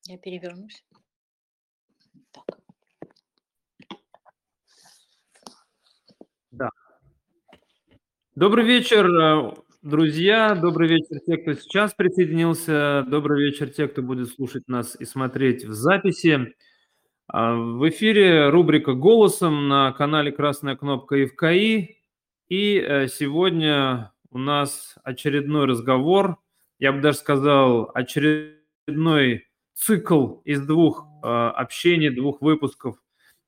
Я перевернусь. Так. Да. Добрый вечер, друзья. Добрый вечер, те, кто сейчас присоединился. Добрый вечер, те, кто будет слушать нас и смотреть в записи. В эфире рубрика «Голосом» на канале «Красная кнопка ИФКИ». И сегодня у нас очередной разговор, я бы даже сказал, очередной цикл из двух общений, двух выпусков.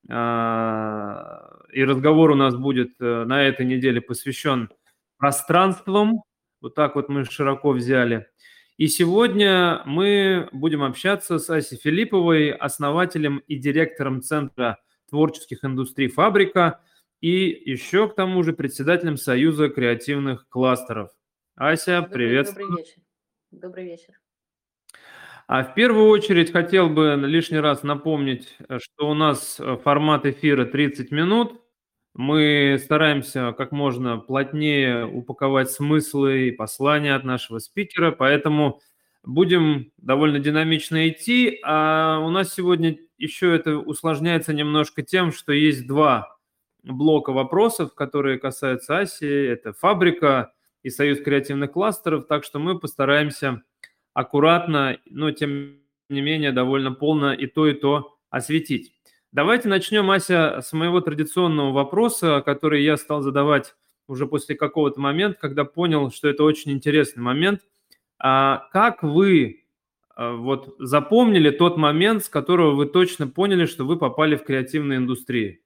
И разговор у нас будет на этой неделе посвящен пространствам. Вот так вот мы широко взяли. И сегодня мы будем общаться с Асей Филипповой, основателем и директором Центра творческих индустрий «Фабрика», и еще к тому же председателем Союза креативных кластеров. Ася, Добрый приветствую. вечер. Добрый вечер. В первую очередь хотел бы лишний раз напомнить, что у нас формат эфира 30 минут. Мы стараемся как можно плотнее упаковать смыслы и послания от нашего спикера, поэтому будем довольно динамично идти. А у нас сегодня еще это усложняется немножко тем, что есть два блока вопросов, которые касаются Аси. Это «Фабрика» и «Союз креативных кластеров», так что мы постараемся аккуратно, но тем не менее довольно полно и то осветить. Давайте начнем, Ася, с моего традиционного вопроса, который я стал задавать уже после какого-то момента, когда понял, что это очень интересный момент. Как вы вот запомнили тот момент, с которого вы точно поняли, что вы попали в креативную индустрию?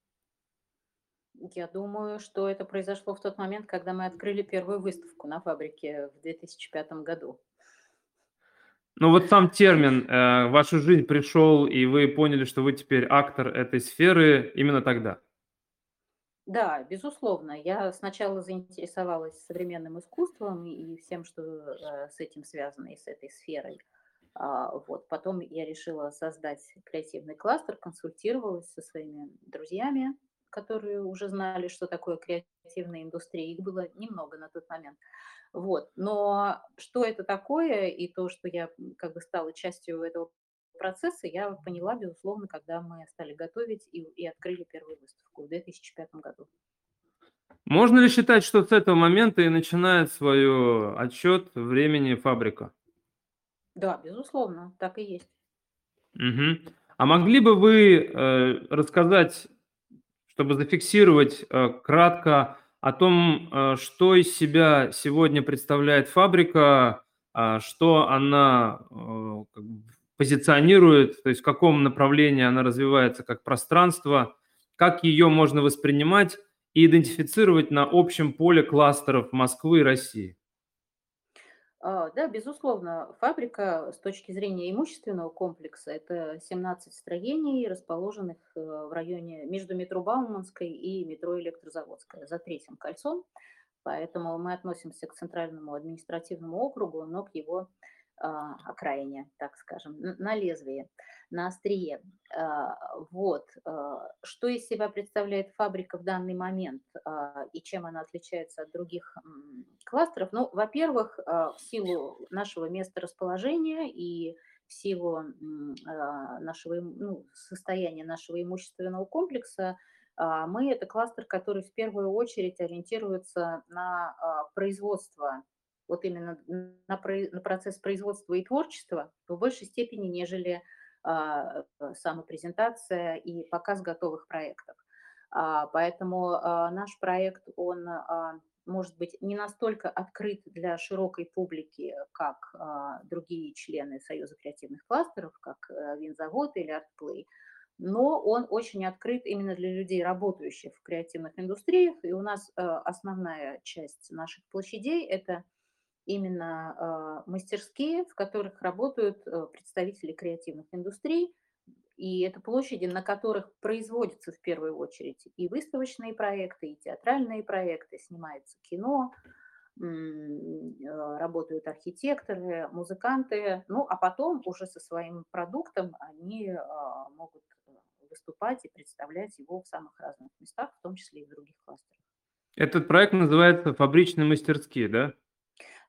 Я думаю, что это произошло в тот момент, когда мы открыли первую выставку на фабрике в 2005 году. Ну вот сам термин в вашу жизнь пришел, и вы поняли, что вы теперь актор этой сферы именно тогда. Да, безусловно. Я сначала заинтересовалась современным искусством и всем, что с этим связано, и с этой сферой. Вот. Потом я решила создать креативный кластер, консультировалась со своими друзьями, которые уже знали, что такое креативная индустрия. Их было немного на тот момент. Вот. Но что это такое, и то, что я как бы стала частью этого процесса, я поняла, безусловно, когда мы стали готовить и открыли первую выставку в 2005 году. Можно ли считать, что с этого момента и начинает свой отсчет времени фабрика? Да, безусловно, так и есть. Мгм. А могли бы вы рассказать, чтобы зафиксировать кратко о том, что из себя сегодня представляет фабрика, что она как бы позиционирует, то есть в каком направлении она развивается как пространство, как ее можно воспринимать и идентифицировать на общем поле кластеров Москвы и России? Да, безусловно, фабрика с точки зрения имущественного комплекса — это 17 строений, расположенных в районе между метро Бауманской и метро Электрозаводская, за третьим кольцом. Поэтому мы относимся к центральному административному округу, но к его окраине, так скажем, на лезвии, на острие. Вот. Что из себя представляет фабрика в данный момент и чем она отличается от других кластеров? Ну, во-первых, в силу нашего месторасположения и в силу состояния нашего имущественного комплекса мы — это кластер, который в первую очередь ориентируется на производство, вот именно на процесс производства и творчества в большей степени, нежели самопрезентация и показ готовых проектов. Поэтому наш проект, он может быть не настолько открыт для широкой публики, как другие члены Союза креативных кластеров, как Винзавод или Артплей, но он очень открыт именно для людей, работающих в креативных индустриях. И у нас основная часть наших площадей — это именно мастерские, в которых работают представители креативных индустрий. И это площади, на которых производятся в первую очередь и выставочные проекты, и театральные проекты, снимается кино, работают архитекторы, музыканты. Ну, а потом уже со своим продуктом они могут выступать и представлять его в самых разных местах, в том числе и в других кластерах. Этот проект называется «Фабричные мастерские», да?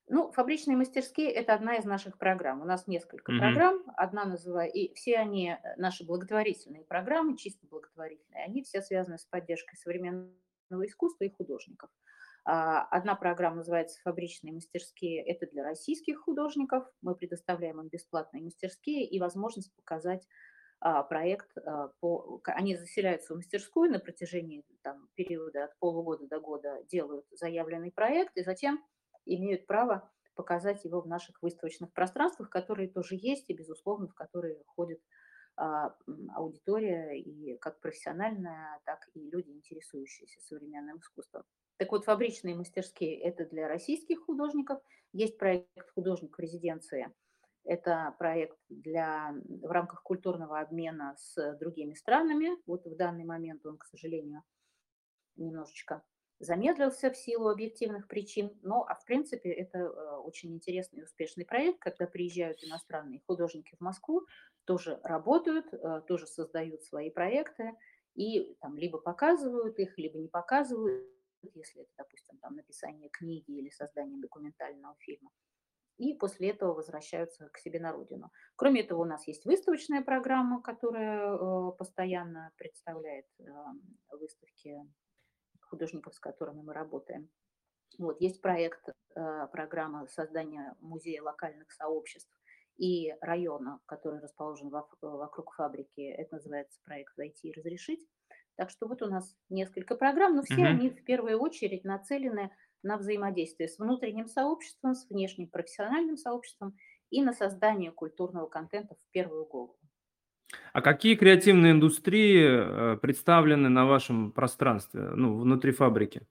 Ну, фабричные мастерские – это одна из наших программ. У нас несколько Мгм. программ. Одна называется, и все они наши благотворительные программы, чисто благотворительные. Они все связаны с поддержкой современного искусства и художников. Одна программа называется «Фабричные мастерские». Это для российских художников. Мы предоставляем им бесплатные мастерские и возможность показать проект. Они заселяются в мастерскую на протяжении там, периода от полугода до года, делают заявленный проект и затем имеют право показать его в наших выставочных пространствах, которые тоже есть и, безусловно, в которые ходит аудитория и как профессиональная, так и люди, интересующиеся современным искусством. Так вот, фабричные мастерские – это для российских художников. Есть проект «Художник в резиденции». Это проект в рамках культурного обмена с другими странами. Вот в данный момент он, к сожалению, немножечко замедлился в силу объективных причин. Но, в принципе, это очень интересный и успешный проект, когда приезжают иностранные художники в Москву, тоже работают, тоже создают свои проекты и там либо показывают их, либо не показывают, если это, допустим, там написание книги или создание документального фильма. И после этого возвращаются к себе на родину. Кроме этого, у нас есть выставочная программа, которая постоянно представляет выставки художников, с которыми мы работаем. Вот, есть программа создания музея локальных сообществ и района, который расположен вокруг фабрики. Это называется проект «Войти и разрешить». Так что вот у нас несколько программ, но все Мгм. они в первую очередь нацелены на взаимодействие с внутренним сообществом, с внешним профессиональным сообществом и на создание культурного контента в первую голову. А какие креативные индустрии представлены на вашем пространстве, ну, внутри фабрики?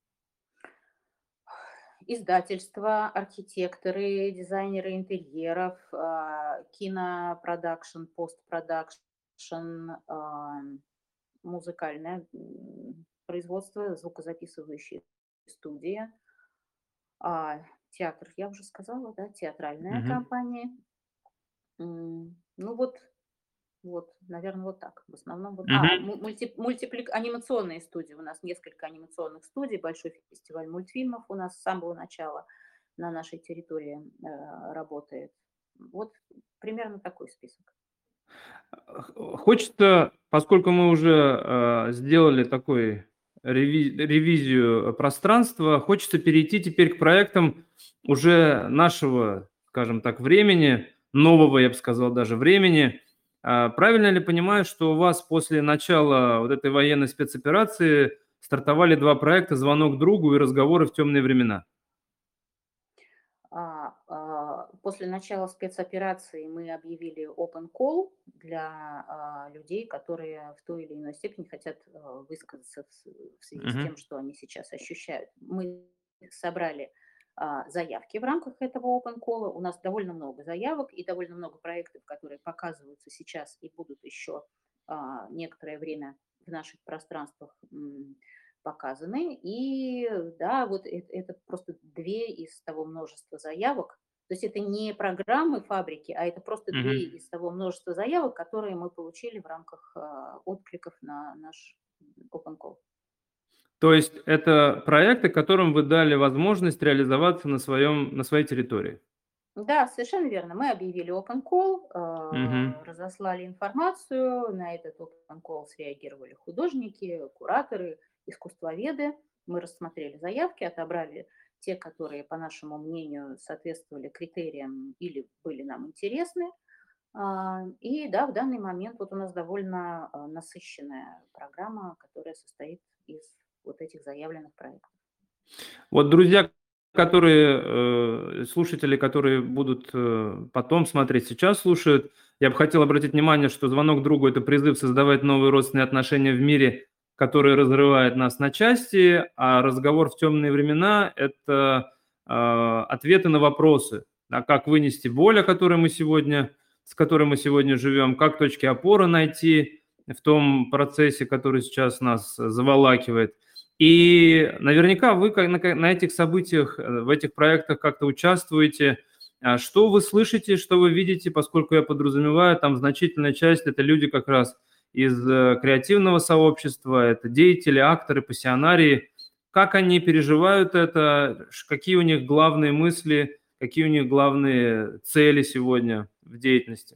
Издательства, архитекторы, дизайнеры интерьеров, кинопродакшн, постпродакшн, музыкальное производство, звукозаписывающие студии, театр, я уже сказала, да, театральная Мгм. компания. Ну вот, наверное, вот так. В основном вот. Мгм. Анимационные студии. У нас несколько анимационных студий, большой фестиваль мультфильмов у нас с самого начала на нашей территории работает. Вот примерно такой список. Хочется, поскольку мы уже сделали такой ревизию пространства, хочется перейти теперь к проектам уже нашего, скажем так, времени, нового, я бы сказал, даже времени. Правильно ли понимаю, что у вас после начала вот этой военной спецоперации стартовали два проекта «Звонок другу» и «Разговоры в темные времена»? После начала спецоперации мы объявили open call для людей, которые в той или иной степени хотят высказаться в связи с Мгм. тем, что они сейчас ощущают. Мы собрали заявки в рамках этого open call. У нас довольно много заявок и довольно много проектов, которые показываются сейчас и будут еще некоторое время в наших пространствах показаны. И да, вот это просто две из того множества заявок. То есть это не программы фабрики, а это просто две Мгм. из того множества заявок, которые мы получили в рамках откликов на наш open call. То есть это проекты, которым вы дали возможность реализоваться на своей территории? Да, совершенно верно. Мы объявили open call, Мгм. разослали информацию, на этот open call среагировали художники, кураторы, искусствоведы. Мы рассмотрели заявки, отобрали те, которые, по нашему мнению, соответствовали критериям или были нам интересны. И да, в данный момент вот у нас довольно насыщенная программа, которая состоит из вот этих заявленных проектов. Вот друзья, которые, слушатели, которые будут потом смотреть, сейчас слушают, я бы хотел обратить внимание, что звонок другу – это призыв создавать новые родственные отношения в мире, который разрывает нас на части, а разговор в темные времена – это ответы на вопросы, да, как вынести боль, с которой мы сегодня живем, как точки опоры найти в том процессе, который сейчас нас заволакивает. И наверняка вы на этих событиях, в этих проектах как-то участвуете. Что вы слышите, что вы видите, поскольку я подразумеваю, там значительная часть – это люди как раз из креативного сообщества, это деятели, акторы, пассионарии. как они переживают это, какие у них главные мысли, какие у них главные цели сегодня в деятельности?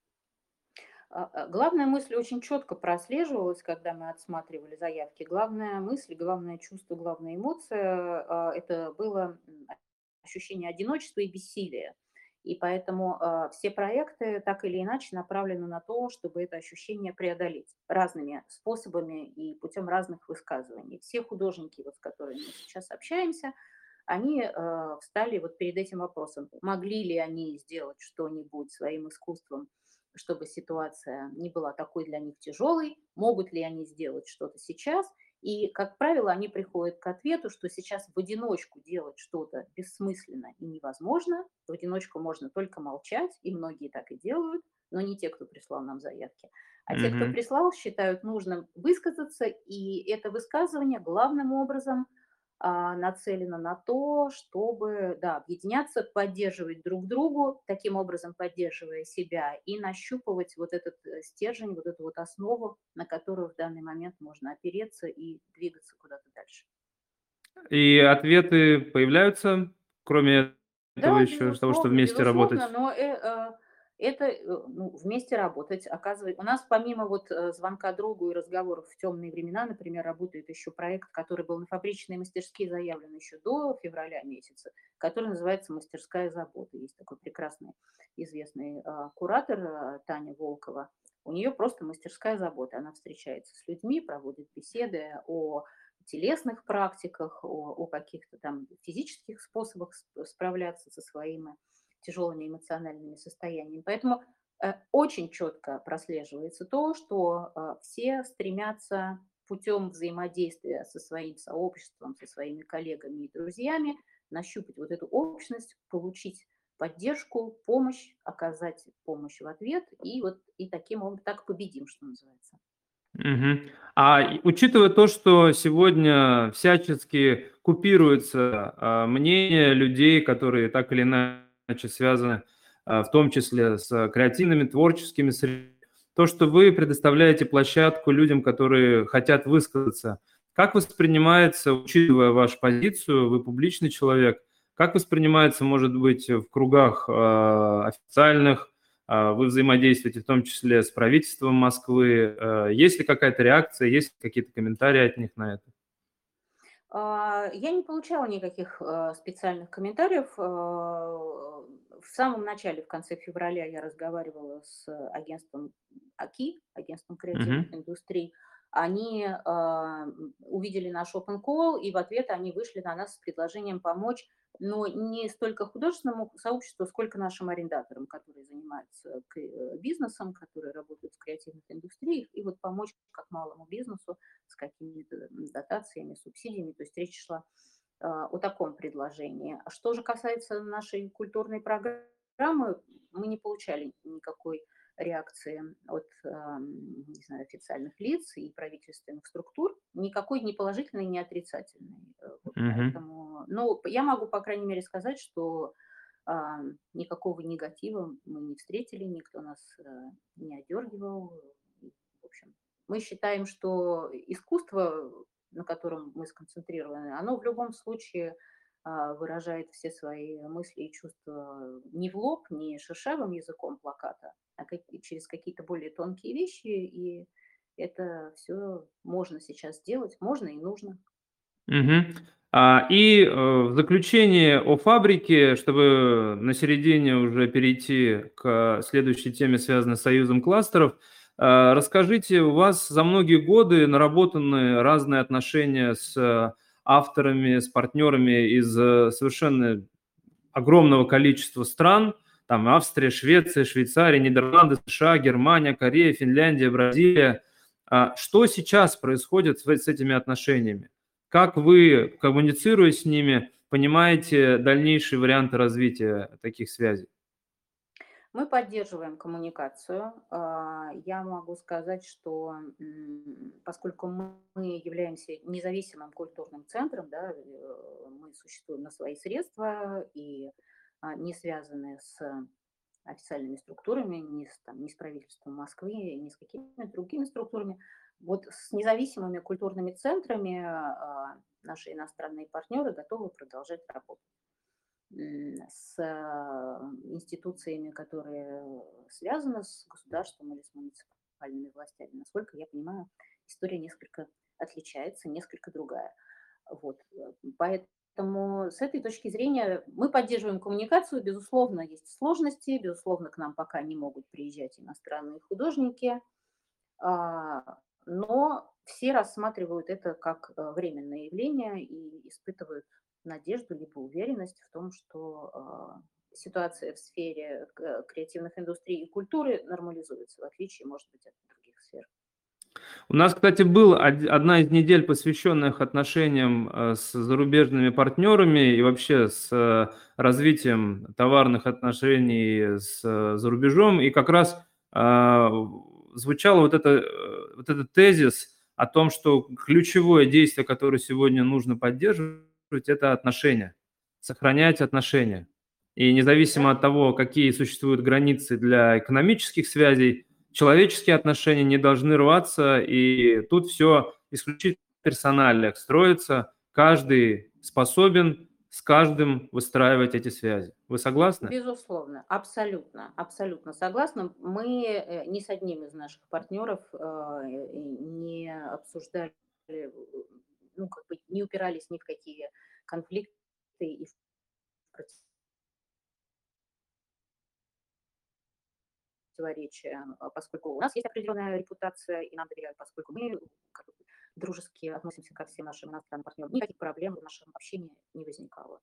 Главная мысль очень четко прослеживалась, когда мы отсматривали заявки. Главная мысль, главное чувство, главная эмоция это было ощущение одиночества и бессилия. И поэтому все проекты так или иначе направлены на то, чтобы это ощущение преодолеть разными способами и путем разных высказываний. Все художники, вот, с которыми мы сейчас общаемся, они встали вот перед этим вопросом, могли ли они сделать что-нибудь своим искусством, чтобы ситуация не была такой для них тяжелой, могут ли они сделать что-то сейчас. И, как правило, они приходят к ответу, что сейчас в одиночку делать что-то бессмысленно и невозможно. В одиночку можно только молчать, и многие так и делают, но не те, кто прислал нам заявки. А те, кто Мгм. прислал, считают нужным высказаться, и это высказывание главным образом нацелена на то, чтобы, да, объединяться, поддерживать друг другу, таким образом поддерживая себя и нащупывать вот этот стержень, вот эту вот основу, на которую в данный момент можно опереться и двигаться куда-то дальше. И ответы появляются, кроме этого Да, еще того, что безусловно, вместе безусловно, работать? но это ну, вместе работать, оказывает. У нас помимо вот звонка другу и разговоров в темные времена, например, работает еще проект, который был на фабричные мастерские заявлен еще до февраля месяца, который называется «Мастерская забота». Есть такой прекрасный, известный куратор Таня Волкова. У нее просто мастерская забота. Она встречается с людьми, проводит беседы о телесных практиках, о каких-то там физических способах справляться со своими тяжелыми эмоциональными состояниями. Поэтому очень четко прослеживается то, что все стремятся путем взаимодействия со своим сообществом, со своими коллегами и друзьями нащупать вот эту общность, получить поддержку, помощь, оказать помощь в ответ и вот и таким образом так победим, что называется. Мгм. Учитывая то, что сегодня всячески купируется, мнение людей, которые так или иначе связаны, в том числе с креативными, творческими то, что вы предоставляете площадку людям, которые хотят высказаться. Как воспринимается, учитывая вашу позицию, вы публичный человек, как воспринимается, может быть, в кругах, официальных, вы взаимодействуете в том числе с правительством Москвы. Есть ли какая-то реакция, есть какие-то комментарии от них на это? Я не получала никаких специальных комментариев. В самом начале, в конце февраля, я разговаривала с агентством АКИ, агентством креативных Мгм. индустрий. Они увидели наш open call, и в ответ они вышли на нас с предложением помочь, но не столько художественному сообществу, сколько нашим арендаторам, которые занимаются бизнесом, которые работают в креативных индустриях, и вот помочь как малому бизнесу с какими-то дотациями, субсидиями. То есть речь шла о таком предложении. А что же касается нашей культурной программы, мы не получали никакой реакции от не знаю, официальных лиц и правительственных структур, никакой ни положительной, ни отрицательной. Вот Мгм. поэтому, ну, я могу, по крайней мере, сказать, что никакого негатива мы не встретили, никто нас не одергивал. В общем, мы считаем, что искусство, на котором мы сконцентрированы, оно в любом случае выражает все свои мысли и чувства не в лоб, не шершавым языком плаката, а через какие-то более тонкие вещи. И это все можно сейчас сделать, можно и нужно. Мгм. В заключение о фабрике, чтобы на середине уже перейти к следующей теме, связанной с союзом кластеров, расскажите, у вас за многие годы наработаны разные отношения с авторами, с партнерами из совершенно огромного количества стран, там Австрия, Швеция, Швейцария, Нидерланды, США, Германия, Корея, Финляндия, Бразилия. Что сейчас происходит с этими отношениями? Как вы, коммуницируя с ними, понимаете дальнейшие варианты развития таких связей? Мы поддерживаем коммуникацию. Я могу сказать, что поскольку мы являемся независимым культурным центром, да, мы существуем на свои средства и не связаны с официальными структурами, ни с правительством Москвы, ни с какими-то другими структурами. Вот с независимыми культурными центрами наши иностранные партнеры готовы продолжать работу. С институциями, которые связаны с государством или с муниципальными властями, насколько я понимаю, история несколько отличается, несколько другая. Вот. Поэтому с этой точки зрения мы поддерживаем коммуникацию. Безусловно, есть сложности, безусловно, к нам пока не могут приезжать иностранные художники, но все рассматривают это как временное явление и испытывают надежду либо уверенность в том, что ситуация в сфере креативных индустрий и культуры нормализуется, в отличие, может быть, от других сфер. У нас, кстати, был одна из недель, посвященных отношениям с зарубежными партнерами и вообще с развитием товарных отношений за рубежом. И как раз а, звучал вот этот тезис о том, что ключевое действие, которое сегодня нужно поддерживать, это отношения, сохранять отношения. И независимо Да, от того, какие существуют границы для экономических связей, человеческие отношения не должны рваться, и тут все исключительно в персоналиях строится. Каждый способен с каждым выстраивать эти связи. Вы согласны? безусловно, абсолютно, абсолютно согласна. Мы ни с одним из наших партнеров не обсуждали, ну, как бы не упирались ни в какие конфликты и в противоречия, поскольку у нас есть определенная репутация, и нам доверяют, поскольку мы как бы дружески относимся ко всем нашим иностранным партнерам. Никаких проблем в нашем общении не возникало.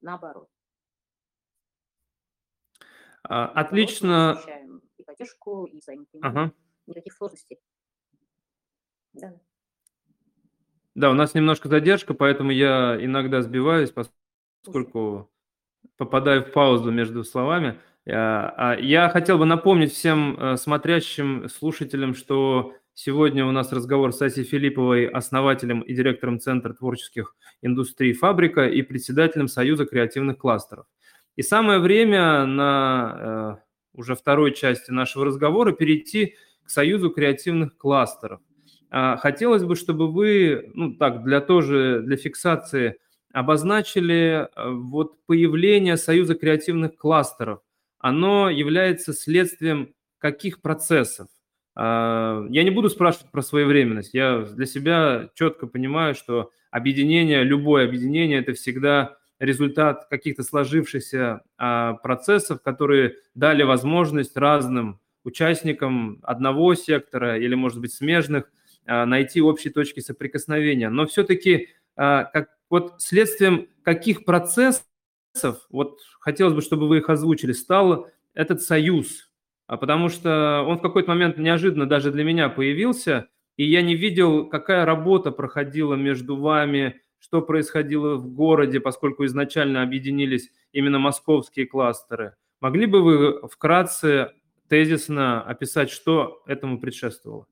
Наоборот, мы Отлично. ощущаем и поддержку, и взаимопонимание. Ага. Никаких сложностей. Да. Да, у нас немножко задержка, поэтому я иногда сбиваюсь, Слушай, поскольку попадаю в паузу между словами. Я хотел бы напомнить всем смотрящим слушателям, что сегодня у нас разговор с Асей Филипповой, основателем и директором Центра творческих индустрий «Фабрика» и председателем Союза креативных кластеров. И самое время на уже второй части нашего разговора перейти к Союзу креативных кластеров. Хотелось бы, чтобы вы, ну так, для фиксации обозначили вот появление Союза креативных кластеров. Оно является следствием каких процессов? Я не буду спрашивать про своевременность. Я для себя четко понимаю, что объединение, любое объединение – это всегда результат каких-то сложившихся процессов, которые дали возможность разным участникам одного сектора или, может быть, смежных найти общие точки соприкосновения. Но все-таки как вот следствием каких процессов, вот хотелось бы, чтобы вы их озвучили, стал этот союз? Потому что он в какой-то момент неожиданно даже для меня появился, и я не видел, какая работа проходила между вами, что происходило в городе, поскольку изначально объединились именно московские кластеры. Могли бы вы вкратце, тезисно описать, что этому предшествовало?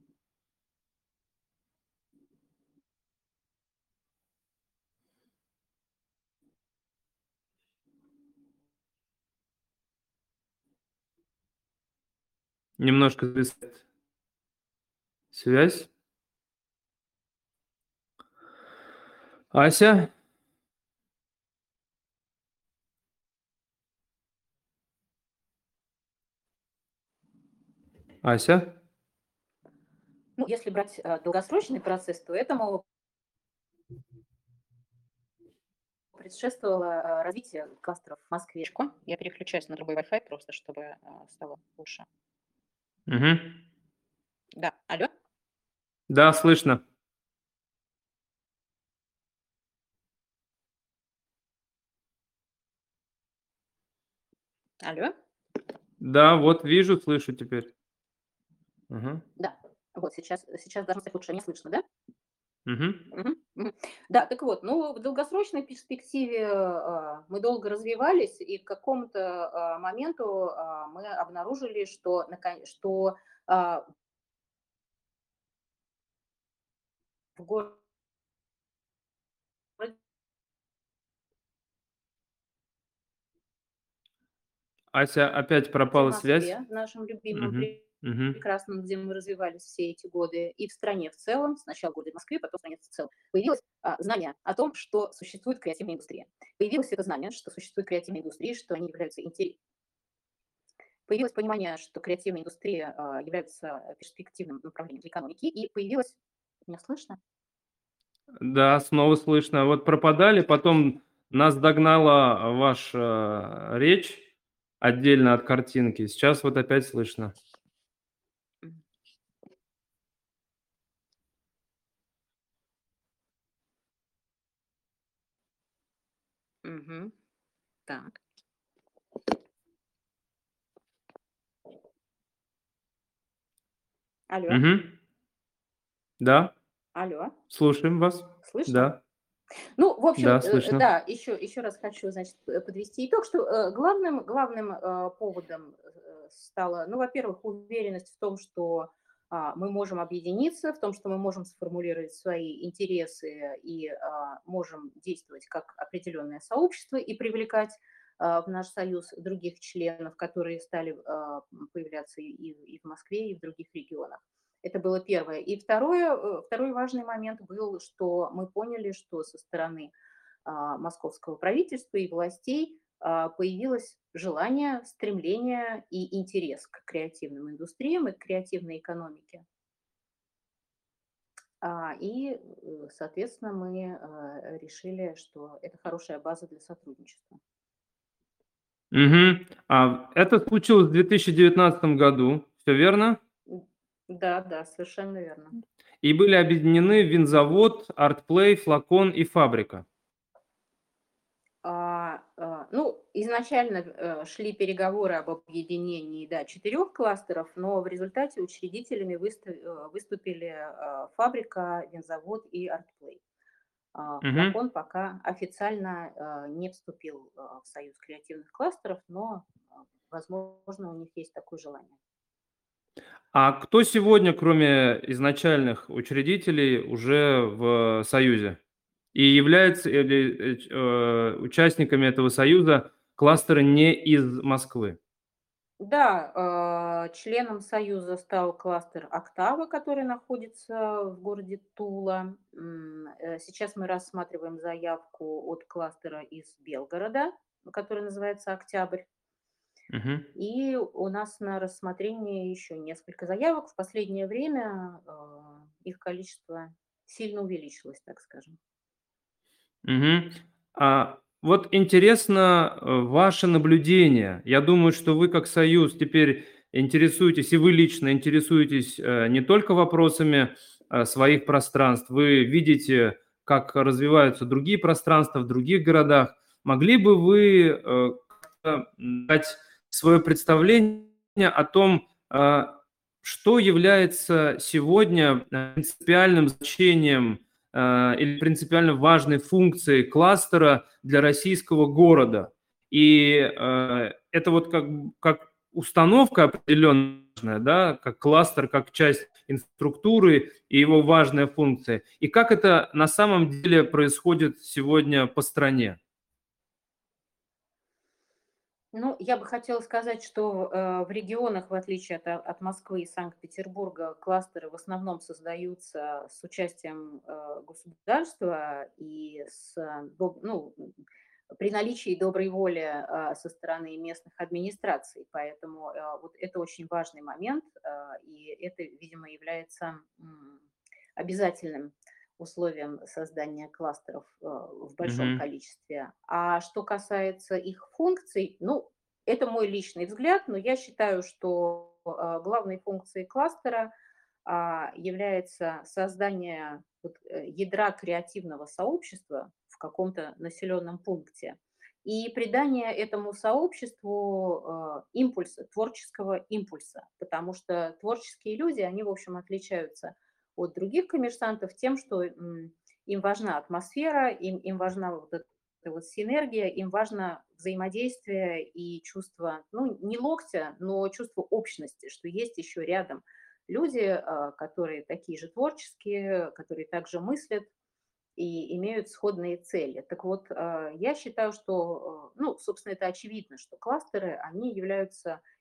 Немножко зависает связь. Ася? Ася? ну, если брать долгосрочный процесс, то этому предшествовало развитие кластеров в Москве. Я переключаюсь на другой Wi-Fi просто, чтобы стало лучше. Мгм. Да, алло, Да, слышно. алло, Да, вот вижу, слышу теперь. Мгм. да. Вот сейчас должно стать лучше, не слышно, да? Мгм. Мгм, мгм. Да, так вот, ну, в долгосрочной перспективе мы долго развивались, и к какому-то моменту мы обнаружили, что а, в городе Ася, опять пропала связь. Москве, нашем любимом Мгм. Мгм. прекрасном, где мы развивались все эти годы, и в стране в целом, сначала в городе Москве, потом в стране в целом, появилось знание о том, что существует креативная индустрия. Появилось это знание, что существует креативная индустрия, что они являются появилось понимание, что креативная индустрия является перспективным направлением для экономики, и появилось... Меня слышно? Да, снова слышно. Вот пропадали, потом нас догнала ваша речь отдельно от картинки. Сейчас вот опять слышно. М, мгм. Так. Алло, Мгм. Да, алло, слушаем вас. слышно? Да, Ну, в общем, да, слышно. да, еще раз хочу, значит, подвести итог, что главным поводом стало, ну, во-первых, уверенность в том, что мы можем объединиться, в том, что мы можем сформулировать свои интересы и можем действовать как определенное сообщество и привлекать в наш союз других членов, которые стали появляться и в Москве, и в других регионах. Это было первое. И второй важный момент был, что мы поняли, что со стороны московского правительства и властей появилось желание, стремление и интерес к креативным индустриям и к креативной экономике. Соответственно, мы решили, что это хорошая база для сотрудничества. Мгм. Это случилось в 2019 году, все верно? Да, да, совершенно верно. И были объединены винзавод, артплей, флакон и фабрика. Ну, изначально шли переговоры об объединении, да, 4 кластеров, но в результате учредителями выступили фабрика, винзавод и артплей. Мгм. Флакон пока официально не вступил в союз креативных кластеров, но, возможно, у них есть такое желание. А кто сегодня, кроме изначальных учредителей, уже в союзе? И являются ли участниками этого союза кластеры не из Москвы? Да, членом союза стал кластер «Октава», который находится в городе Тула. Сейчас мы рассматриваем заявку от кластера из Белгорода, который называется «Октябрь». Мгм. И у нас на рассмотрении еще несколько заявок. В последнее время их количество сильно увеличилось, так скажем. Мгм. Вот интересно, ваше наблюдение. Я думаю, что вы как союз теперь интересуетесь, и вы лично интересуетесь, не только вопросами, своих пространств. Вы видите, как развиваются другие пространства в других городах. Могли бы вы, как-то, дать свое представление о том, что является сегодня, принципиальным значением или принципиально важной функцией кластера для российского города. И это вот как установка определенная, да, как кластер, как часть инфраструктуры и его важная функция. И как это на самом деле происходит сегодня по стране? Ну, я бы хотела сказать, что в регионах, в отличие от Москвы и Санкт-Петербурга, кластеры в основном создаются с участием государства и ну, при наличии доброй воли со стороны местных администраций. Поэтому вот это очень важный момент, и это, видимо, является обязательным условием создания кластеров в большом Мгм. количестве. А что касается их функций, ну, это мой личный взгляд, но я считаю, что главной функцией кластера является создание вот, ядра креативного сообщества в каком-то населенном пункте и придание этому сообществу импульса, творческого импульса, потому что творческие люди, они, в общем, отличаются от других коммерсантов тем, что им важна атмосфера, им важна вот эта вот синергия, им важно взаимодействие и чувство, ну, не локтя, но чувство общности, что есть еще рядом люди, которые такие же творческие, которые также мыслят и имеют сходные цели. Так вот, я считаю, что, ну, собственно, это очевидно, что кластеры, они являются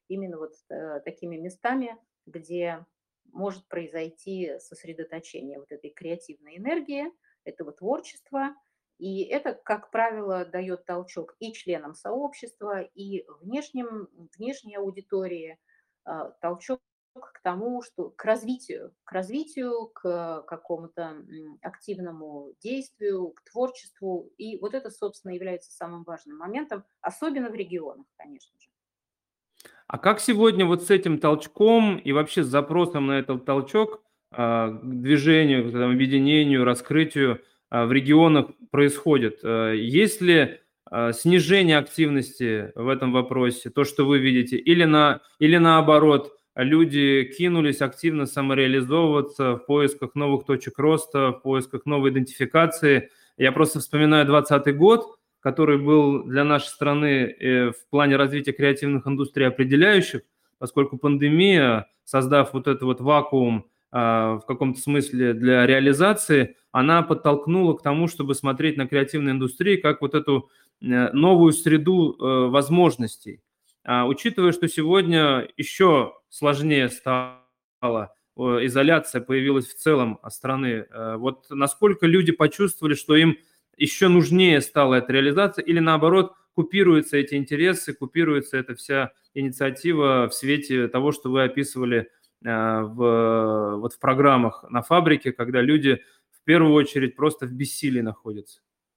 именно вот такими местами, где может произойти сосредоточение вот этой креативной энергии, этого творчества. И это, как правило, дает толчок и членам сообщества, и внешней аудитории, толчок к тому, что к развитию, к какому-то активному действию, к творчеству. И вот это, собственно, является самым важным моментом, особенно в регионах, конечно же. А как сегодня вот с этим толчком и вообще с запросом на этот толчок, к движению, к этому объединению, раскрытию, в регионах происходит? Есть ли, снижение активности в этом вопросе, то, что вы видите, или наоборот, люди кинулись активно самореализовываться в поисках новых точек роста, в поисках новой идентификации? Я просто вспоминаю 2020 год, который был для нашей страны в плане развития креативных индустрий определяющих, поскольку пандемия, создав вот этот вот вакуум в каком-то смысле для реализации, она подтолкнула к тому, чтобы смотреть на креативные индустрии как вот эту новую среду возможностей. Учитывая, что сегодня еще сложнее стало, изоляция появилась в целом страны, вот насколько люди почувствовали, что им еще нужнее стала эта реализация, или наоборот, купируются эти интересы, купируется эта вся инициатива в свете того, что вы описывали вот в программах на фабрике, когда люди в первую очередь просто в бессилии находятся.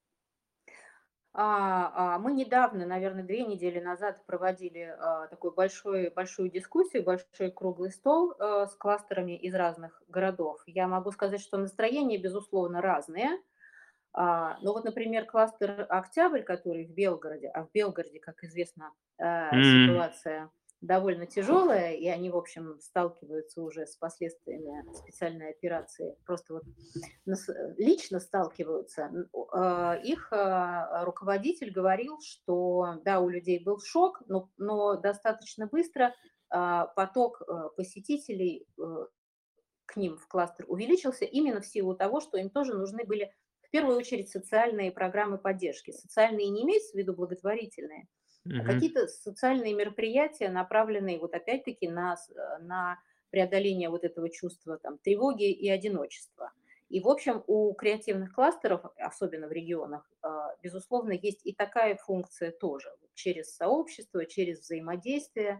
Мы недавно, наверное, 2 недели назад проводили, такую большую дискуссию, большой круглый стол, с кластерами из разных городов. Я могу сказать, что настроения, безусловно, разные. Ну вот, например, кластер "Октябрь", который в Белгороде, а в Белгороде, как известно, М, ситуация довольно тяжелая, и они, в общем, сталкиваются уже с последствиями специальной операции. Просто вот лично сталкиваются. Их руководитель говорил, что да, у людей был шок, но достаточно быстро поток посетителей к ним в кластер увеличился именно в силу того, что им тоже нужны были в первую очередь социальные программы поддержки. Социальные не имеется в виду благотворительные, а мгм. какие-то социальные мероприятия, направленные вот опять-таки на преодоление вот этого чувства там, тревоги и одиночества. И, в общем, у креативных кластеров, особенно в регионах, безусловно, есть и такая функция тоже. Через сообщество, через взаимодействие,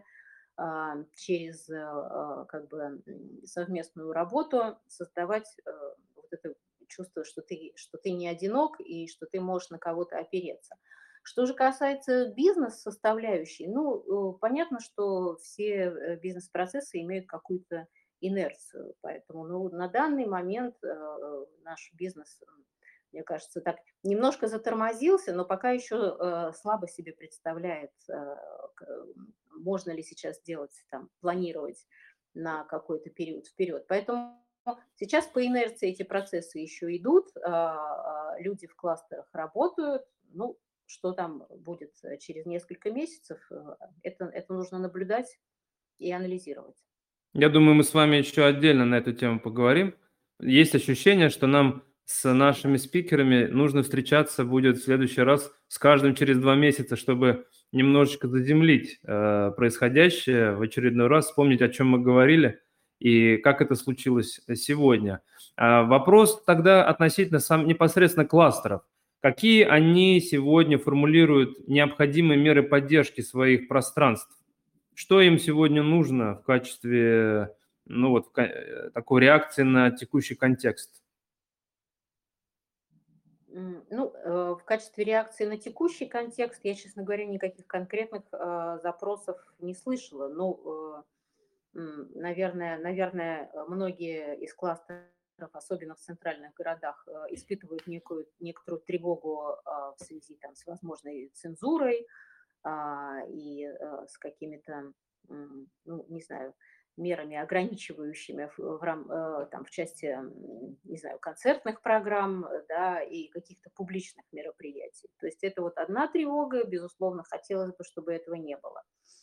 через как бы совместную работу создавать вот это чувство, что ты не одинок и что ты можешь на кого-то опереться. Что же касается бизнес-составляющей, ну, понятно, что все бизнес-процессы имеют какую-то инерцию, поэтому ну, на данный момент наш бизнес, мне кажется, так немножко затормозился, но пока еще слабо себе представляет, можно ли сейчас делать, там, планировать на какой-то период вперед. Поэтому сейчас по инерции эти процессы еще идут, люди в кластерах работают, ну, что там будет через несколько месяцев, это нужно наблюдать и анализировать. Я думаю, мы с вами еще отдельно на эту тему поговорим. Есть ощущение, что нам с нашими спикерами нужно встречаться будет в следующий раз с каждым через 2 месяца, чтобы немножечко заземлить происходящее, в очередной раз вспомнить, о чем мы говорили и как это случилось сегодня. Вопрос тогда относительно непосредственно кластеров. Какие они сегодня формулируют необходимые меры поддержки своих пространств? Что им сегодня нужно в качестве, ну вот, такой реакции на текущий контекст? Ну, в качестве реакции на текущий контекст я, честно говоря, никаких конкретных запросов не слышала. Ну, наверное, многие из кластеров, особенно в центральных городах, испытывают некоторую тревогу в связи там, с возможной цензурой, и с какими-то, ну, не знаю, мерами ограничивающими там, в части, не знаю, концертных программ, да, и каких-то публичных мероприятий. То есть это вот одна тревога, безусловно, хотелось бы, чтобы этого не было.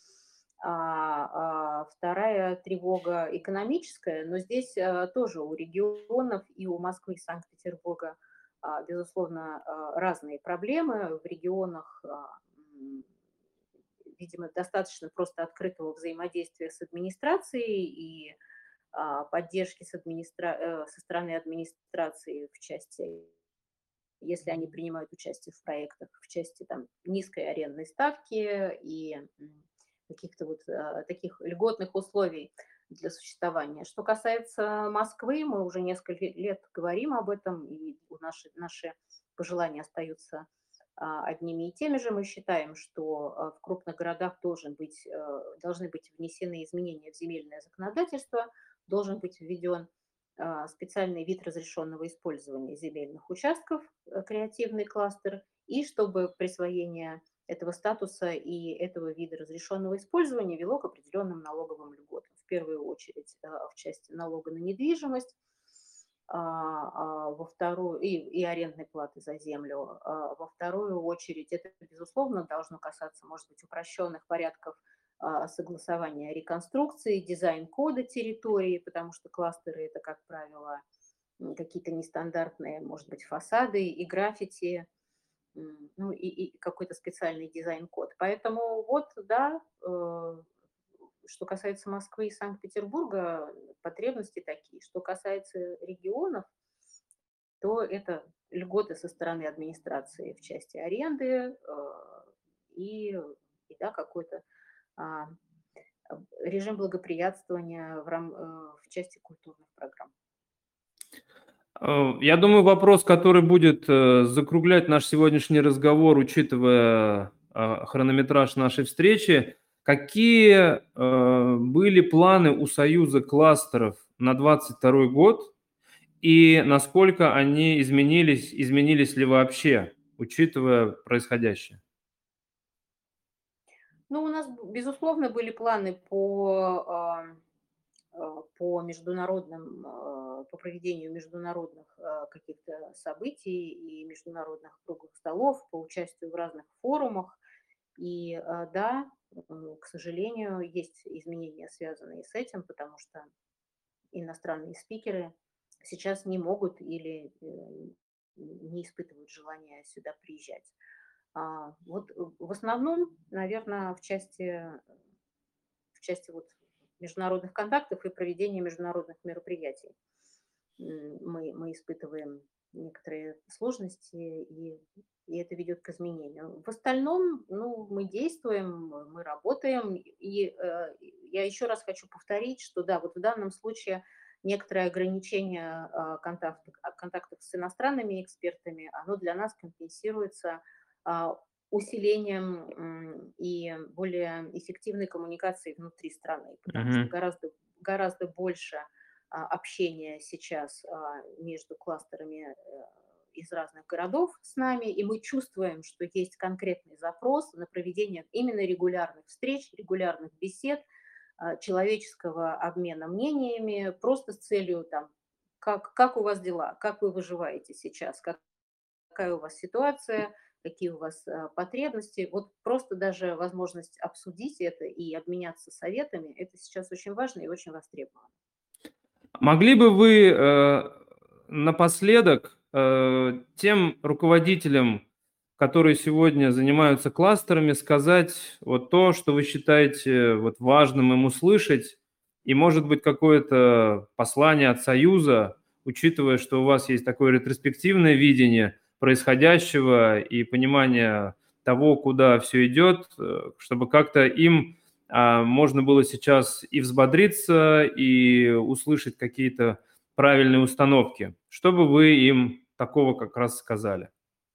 Вторая тревога экономическая, но здесь тоже у регионов и у Москвы и Санкт-Петербурга, безусловно, разные проблемы. В регионах видимо, достаточно просто открытого взаимодействия с администрацией и поддержки со стороны администрации в части, если они принимают участие в проектах, в части там, низкой арендной ставки и каких-то вот таких льготных условий для существования. Что касается Москвы, мы уже несколько лет говорим об этом, и наши пожелания остаются одними и теми же. Мы считаем, что в крупных городах должны быть внесены изменения в земельное законодательство, должен быть введен специальный вид разрешенного использования земельных участков, креативный кластер, и чтобы присвоение этого статуса и этого вида разрешенного использования вело к определенным налоговым льготам. В первую очередь в части налога на недвижимость, во вторую и арендной платы за землю. Во вторую очередь это, безусловно, должно касаться, может быть, упрощенных порядков согласования реконструкции, дизайн-кода территории, потому что кластеры – это, как правило, какие-то нестандартные, может быть, фасады и граффити, ну и какой-то специальный дизайн-код. Поэтому вот, да, что касается Москвы и Санкт-Петербурга, потребности такие. Что касается регионов, то это льготы со стороны администрации в части аренды и да, какой-то а, режим благоприятствования в части культурных программ. Я думаю, вопрос, который будет закруглять наш сегодняшний разговор, учитывая хронометраж нашей встречи, какие были планы у Союза кластеров на 2022 год и насколько они изменились ли вообще, учитывая происходящее? Ну, у нас, безусловно, были планы по международным, по проведению международных каких-то событий и международных круглых столов, по участию в разных форумах. И да, к сожалению, есть изменения, связанные с этим, потому что иностранные спикеры сейчас не могут или не испытывают желания сюда приезжать. Вот в основном, наверное, в части вот международных контактов и проведения международных мероприятий мы испытываем некоторые сложности, и это ведет к изменению. В остальном, ну, мы действуем, мы работаем, и я еще раз хочу повторить, что да, вот в данном случае некоторое ограничение контактов с иностранными экспертами, оно для нас компенсируется усилением и более эффективной коммуникации внутри страны, потому что Мгм. гораздо больше общения сейчас между кластерами из разных городов с нами, и мы чувствуем, что есть конкретный запрос на проведение именно регулярных встреч, регулярных бесед, человеческого обмена мнениями, просто с целью там, как у вас дела, как вы выживаете сейчас, какая у вас ситуация, какие у вас потребности. Вот просто даже возможность обсудить это и обменяться советами, это сейчас очень важно и очень востребовано. Могли бы вы напоследок тем руководителям, которые сегодня занимаются кластерами, сказать вот то, что вы считаете вот важным им услышать, и, может быть, какое-то послание от Союза, учитывая, что у вас есть такое ретроспективное видение происходящего и понимание того, куда все идет, чтобы как-то им можно было сейчас и взбодриться, и услышать какие-то правильные установки. Что бы вы им такого как раз сказали?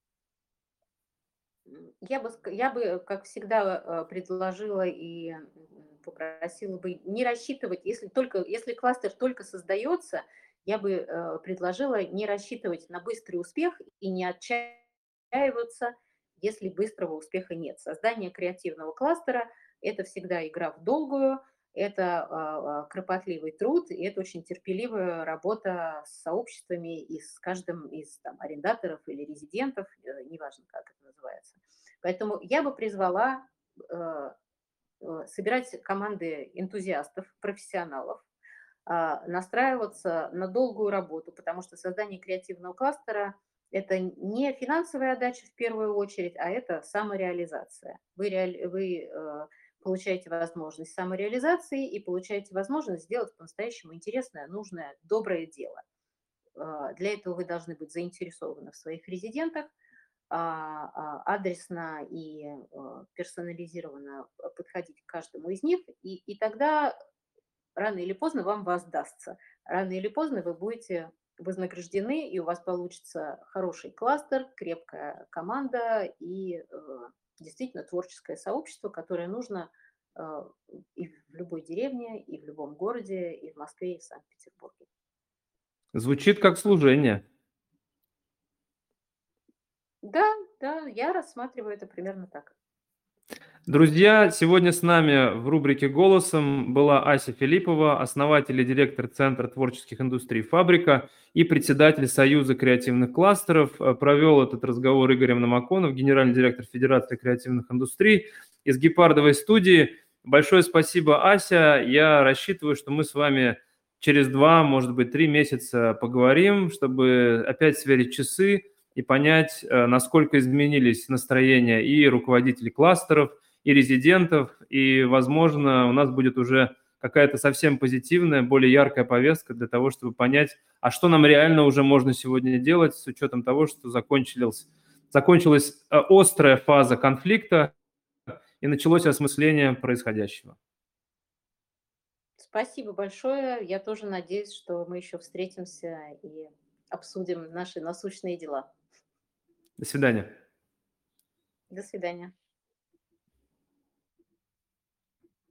Я бы, как всегда, предложила и попросила бы не рассчитывать, если кластер только создается, я бы предложила не рассчитывать на быстрый успех и не отчаиваться, если быстрого успеха нет. Создание креативного кластера – это всегда игра в долгую, это кропотливый труд, и это очень терпеливая работа с сообществами и с каждым из там, арендаторов или резидентов, неважно, как это называется. Поэтому я бы призвала собирать команды энтузиастов, профессионалов, настраиваться на долгую работу, потому что создание креативного кластера Это не финансовая отдача в первую очередь, а это самореализация. Вы получаете возможность самореализации и получаете возможность сделать по-настоящему интересное, нужное, доброе дело. Для этого вы должны быть заинтересованы в своих резидентах, адресно и персонализированно подходить к каждому из них, и тогда рано или поздно вам воздастся. Рано или поздно вы будете вознаграждены, и у вас получится хороший кластер, крепкая команда и действительно творческое сообщество, которое нужно э, и в любой деревне, и в любом городе, и в Москве, и в Санкт-Петербурге. Звучит как служение. Да, да, я рассматриваю это примерно так. Друзья, сегодня с нами в рубрике «Голосом» была Ася Филиппова, основатель и директор Центра творческих индустрий «Фабрика» и председатель Союза креативных кластеров. Провел этот разговор Игорь Намаконов, генеральный директор Федерации креативных индустрий из Гепардовой студии. Большое спасибо, Ася. Я рассчитываю, что мы с вами через 2, может быть, 3 месяца поговорим, чтобы опять сверить часы и понять, насколько изменились настроения и руководителей кластеров, и резидентов, и, возможно, у нас будет уже какая-то совсем позитивная, более яркая повестка для того, чтобы понять, а что нам реально уже можно сегодня делать с учетом того, что закончилась острая фаза конфликта и началось осмысление происходящего. Спасибо большое. Я тоже надеюсь, что мы еще встретимся и обсудим наши насущные дела. До свидания. До свидания.